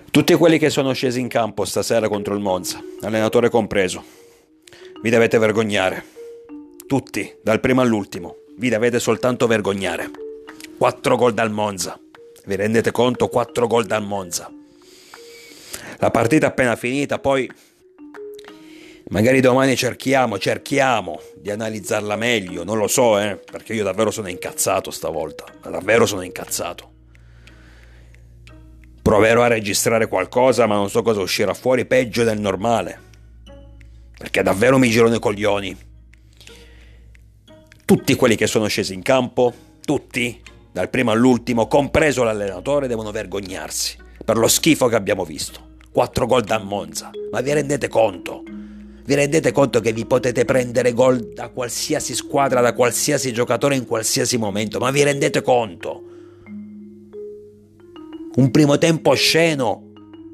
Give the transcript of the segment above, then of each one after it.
Tutti quelli che sono scesi in campo stasera contro il Monza, allenatore compreso, vi dovete vergognare. Tutti, dal primo all'ultimo, vi dovete soltanto vergognare. 4 gol dal Monza. Vi rendete conto? 4 gol dal Monza. La partita appena finita, poi magari domani cerchiamo di analizzarla meglio, non lo so, perché io davvero sono incazzato stavolta, davvero sono incazzato. Proverò a registrare qualcosa, ma non so cosa uscirà fuori peggio del normale, perché davvero mi girano i coglioni. Tutti quelli che sono scesi in campo, tutti, dal primo all'ultimo, compreso l'allenatore, devono vergognarsi per lo schifo che abbiamo visto. 4 gol da Monza, ma vi rendete conto? Vi rendete conto che vi potete prendere gol da qualsiasi squadra, da qualsiasi giocatore in qualsiasi momento? Ma vi rendete conto? Un primo tempo osceno,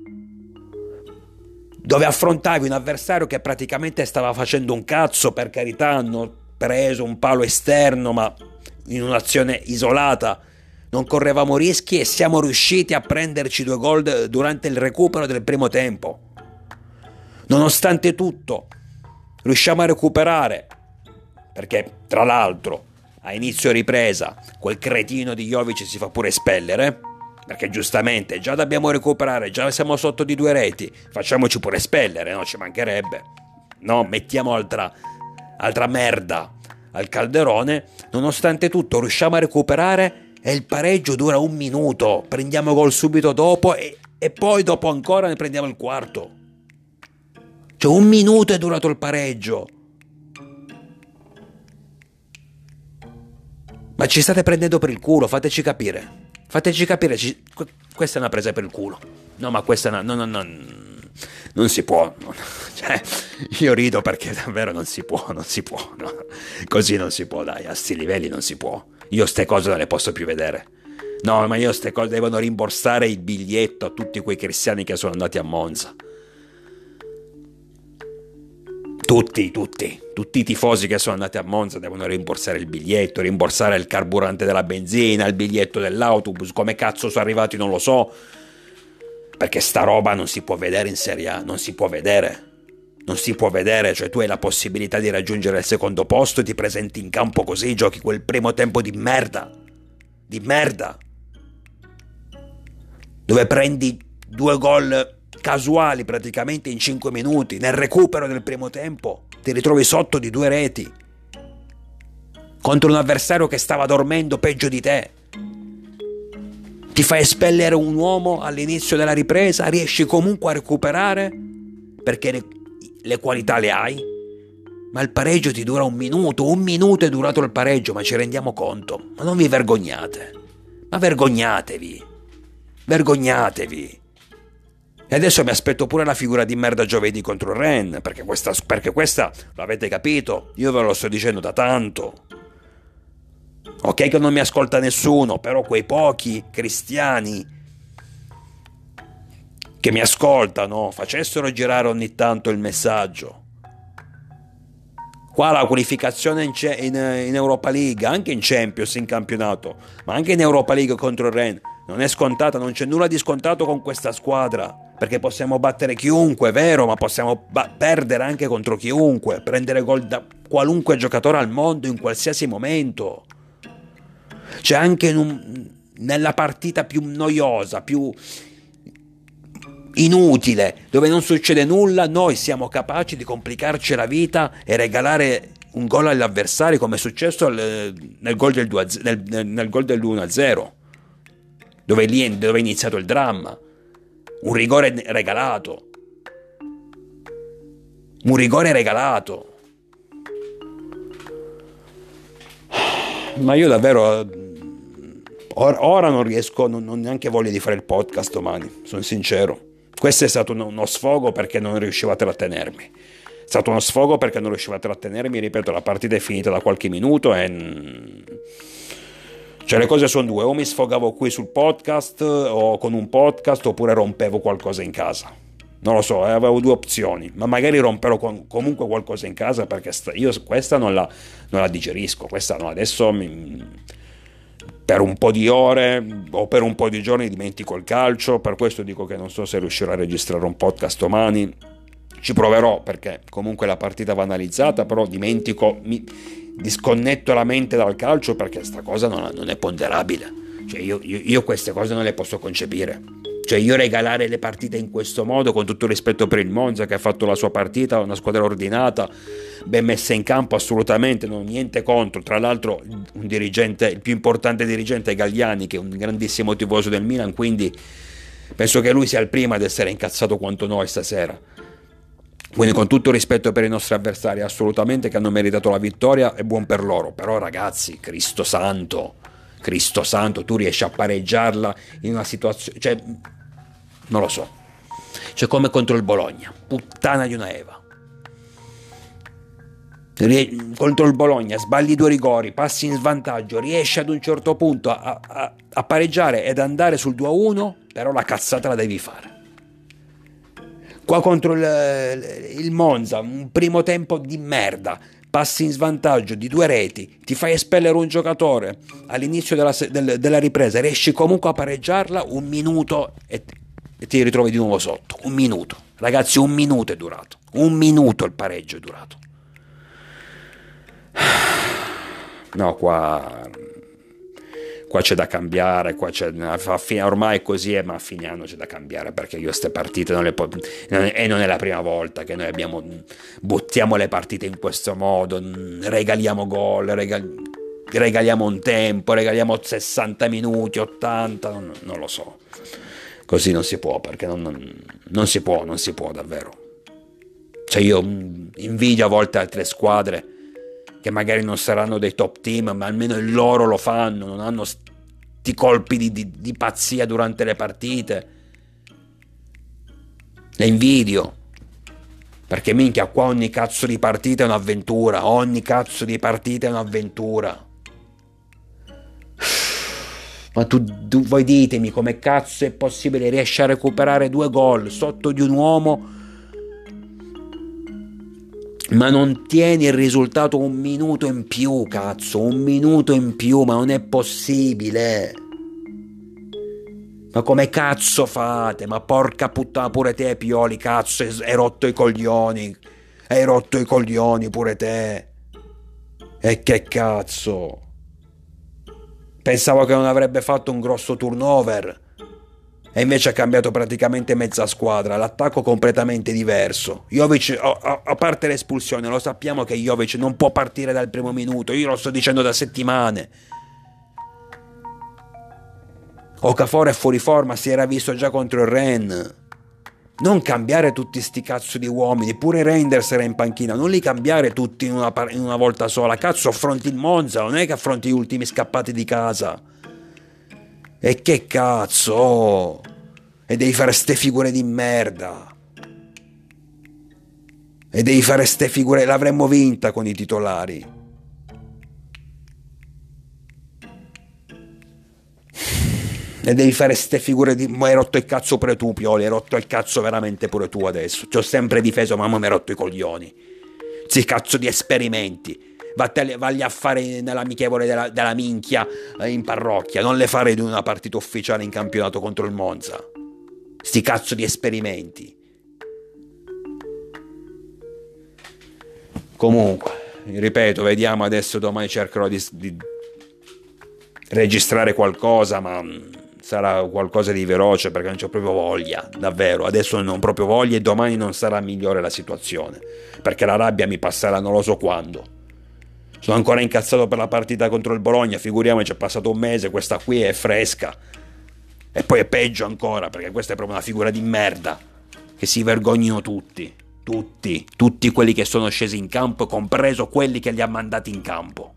dove affrontavi un avversario che praticamente stava facendo un cazzo, per carità, hanno preso un palo esterno, ma in un'azione isolata non correvamo rischi e siamo riusciti a prenderci 2 gol durante il recupero del primo tempo. Nonostante tutto, riusciamo a recuperare, perché tra l'altro a inizio ripresa quel cretino di Jovic si fa pure espellere, perché giustamente già dobbiamo recuperare, già siamo sotto di 2 reti, facciamoci pure espellere, no? Ci mancherebbe. No, mettiamo altra merda al calderone. Nonostante tutto riusciamo a recuperare e il pareggio dura 1 minuto, prendiamo gol subito dopo e poi dopo ancora ne prendiamo il quarto. Cioè 1 minuto è durato il pareggio. Ma ci state prendendo per il culo, fateci capire. Questa è una presa per il culo. No, ma questa non si può. Cioè, io rido perché davvero non si può. No. Così non si può, dai, a sti livelli non si può. Io ste cose non le posso più vedere. No, ma io ste cose devono rimborsare il biglietto a tutti quei cristiani che sono andati a Monza. Tutti i tifosi che sono andati a Monza devono rimborsare il biglietto, rimborsare il carburante della benzina, il biglietto dell'autobus. Come cazzo sono arrivati non lo so, perché sta roba non si può vedere in Serie A, non si può vedere, cioè tu hai la possibilità di raggiungere il secondo posto e ti presenti in campo così, giochi quel primo tempo di merda, dove prendi 2 gol casuali praticamente in 5 minuti, nel recupero del primo tempo ti ritrovi sotto di 2 reti contro un avversario che stava dormendo peggio di te, ti fai espellere un uomo all'inizio della ripresa, riesci comunque a recuperare perché le qualità le hai, ma il pareggio ti dura 1 minuto, 1 minuto è durato il pareggio, ma ci rendiamo conto? Ma non vi vergognate? Ma vergognatevi. E adesso mi aspetto pure la figura di merda giovedì contro il Rennes, perché questa lo avete capito, io ve lo sto dicendo da tanto. Ok che non mi ascolta nessuno, però quei pochi cristiani che mi ascoltano facessero girare ogni tanto il messaggio. Qua la qualificazione in Europa League, anche in Champions, in campionato, ma anche in Europa League contro il Rennes non è scontata, non c'è nulla di scontato con questa squadra, perché possiamo battere chiunque, è vero, ma possiamo perdere anche contro chiunque, prendere gol da qualunque giocatore al mondo in qualsiasi momento. C'è anche nella partita più noiosa, più inutile, dove non succede nulla, noi siamo capaci di complicarci la vita e regalare un gol agli avversari, come è successo nel gol del 1-0, dove è iniziato il dramma. Un rigore regalato. Ma io davvero ora non riesco, non ho neanche voglia di fare il podcast domani, sono sincero. Questo è stato uno sfogo perché non riuscivo a trattenermi. È stato uno sfogo perché non riuscivo a trattenermi, ripeto, la partita è finita da qualche minuto e... Cioè le cose sono due, o mi sfogavo qui sul podcast o con un podcast, oppure rompevo qualcosa in casa. Non lo so, avevo 2 opzioni, ma magari romperò comunque qualcosa in casa, perché io questa non la digerisco, questa no, adesso per un po' di ore o per un po' di giorni dimentico il calcio. Per questo dico che non so se riuscirò a registrare un podcast domani. Ci proverò, perché comunque la partita va analizzata, però disconnetto la mente dal calcio, perché sta cosa non è ponderabile. Cioè io queste cose non le posso concepire. Cioè io regalare le partite in questo modo, con tutto il rispetto per il Monza che ha fatto la sua partita, una squadra ordinata, ben messa in campo, assolutamente, non ho niente contro. Tra l'altro un dirigente, il più importante dirigente è Galliani, che è un grandissimo tifoso del Milan, quindi penso che lui sia il primo ad essere incazzato quanto noi stasera. Quindi con tutto il rispetto per i nostri avversari, assolutamente, che hanno meritato la vittoria, è buon per loro. Però ragazzi, Cristo santo, tu riesci a pareggiarla in una situazione, cioè non lo so, cioè come contro il Bologna, puttana di una Eva. Contro il Bologna sbagli 2 rigori, passi in svantaggio, riesci ad un certo punto a pareggiare ed andare sul 2-1, però la cazzata la devi fare. Qua contro il Monza, un primo tempo di merda, passi in svantaggio di 2 reti, ti fai espellere un giocatore all'inizio della ripresa, riesci comunque a pareggiarla, 1 minuto e ti ritrovi di nuovo sotto. 1 minuto, ragazzi, 1 minuto è durato, 1 minuto il pareggio è durato. No, qua c'è da cambiare, ormai è così, ma a fine anno c'è da cambiare, perché io queste partite non è la prima volta che noi buttiamo le partite in questo modo, regaliamo gol, regaliamo un tempo, regaliamo 60 minuti, 80, non lo so, così non si può, perché non si può davvero. Cioè io invidio a volte altre squadre che magari non saranno dei top team, ma almeno il loro lo fanno, non hanno sti colpi di pazzia durante le partite. Le invidio, perché minchia, qua ogni cazzo di partita è un'avventura, Ma voi ditemi come cazzo è possibile riesce a recuperare 2 gol sotto di un uomo, ma non tieni il risultato 1 minuto in più, cazzo, 1 minuto in più, ma non è possibile. Ma come cazzo fate? Ma porca puttana, pure te, Pioli, cazzo, hai rotto i coglioni pure te. E che cazzo? Pensavo che non avrebbe fatto un grosso turnover, e invece ha cambiato praticamente mezza squadra, l'attacco completamente diverso. Jovic, a parte l'espulsione, lo sappiamo che Jovic non può partire dal primo minuto, io lo sto dicendo da settimane. Okafor è fuori forma, si era visto già contro il Rennes. Non cambiare tutti sti cazzo di uomini, pure Reinders era in panchina, non li cambiare tutti in una volta sola, cazzo, affronti il Monza, non è che affronti gli ultimi scappati di casa. E che cazzo? E devi fare ste figure di merda. L'avremmo vinta con i titolari. E devi fare ste figure di... Ma hai rotto il cazzo pure tu, Pioli, hai rotto il cazzo veramente pure tu adesso. Ti ho sempre difeso, ma mi hai rotto i coglioni. Sti cazzo di esperimenti. Vagli a fare nell'amichevole della minchia in parrocchia, non le fare di una partita ufficiale in campionato contro il Monza. Sti cazzo di esperimenti. Comunque, ripeto, vediamo adesso, domani cercherò di registrare qualcosa, ma sarà qualcosa di veloce, perché non c'ho proprio voglia, davvero, adesso non ho proprio voglia, e domani non sarà migliore la situazione, perché la rabbia mi passerà non lo so quando. Sono ancora incazzato per la partita contro il Bologna, figuriamoci, è passato 1 mese, questa qui è fresca. E poi è peggio ancora, perché questa è proprio una figura di merda, che si vergognino tutti quelli che sono scesi in campo, compreso quelli che li ha mandati in campo.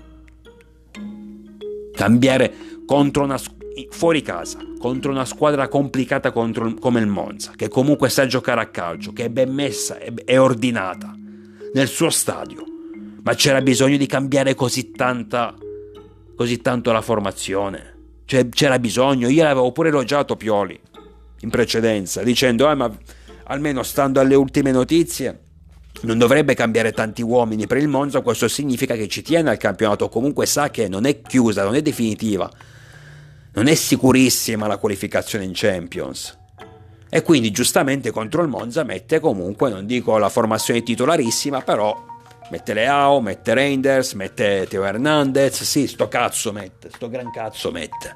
Cambiare fuori casa, contro una squadra complicata come il Monza, che comunque sa giocare a calcio, che è ben messa e ordinata nel suo stadio. Ma c'era bisogno di cambiare così tanto la formazione? Cioè, c'era bisogno? Io l'avevo pure elogiato Pioli in precedenza, dicendo ma almeno stando alle ultime notizie non dovrebbe cambiare tanti uomini per il Monza. Questo significa che ci tiene al campionato, comunque sa che non è chiusa, non è definitiva, non è sicurissima la qualificazione in Champions, e quindi giustamente contro il Monza mette comunque, non dico la formazione titolarissima, però mette Leao, mette Reinders, mette Teo Hernandez, sì, sto gran cazzo mette,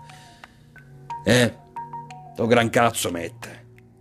sto gran cazzo mette.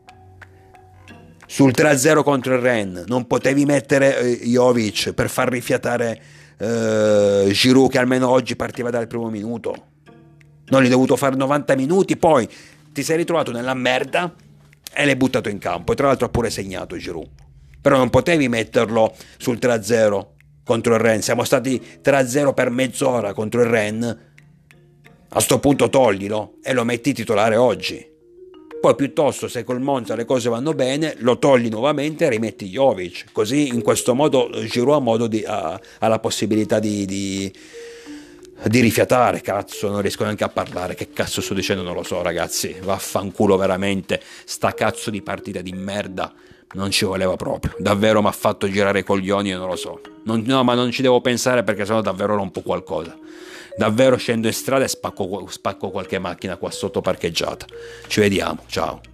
Sul 3-0 contro il Rennes non potevi mettere Jovic per far rifiatare Giroud, che almeno oggi partiva dal primo minuto? Non gli hai dovuto fare 90 minuti, poi ti sei ritrovato nella merda e l'hai buttato in campo, e tra l'altro ha pure segnato Giroud. Però non potevi metterlo sul 3-0 contro il Rennes. Siamo stati 3-0 per mezz'ora contro il Rennes, a sto punto toglilo e lo metti titolare oggi. Poi piuttosto, se col Monza le cose vanno bene, lo togli nuovamente e rimetti Jovic. Così, in questo modo, Giroud ha la possibilità di rifiatare. Cazzo, non riesco neanche a parlare. Che cazzo sto dicendo? Non lo so, ragazzi. Vaffanculo veramente. Sta cazzo di partita di merda non ci voleva proprio. Davvero mi ha fatto girare i coglioni e non lo so. No, ma non ci devo pensare, perché sennò davvero rompo qualcosa. Davvero scendo in strada e spacco qualche macchina qua sotto parcheggiata. Ci vediamo, ciao.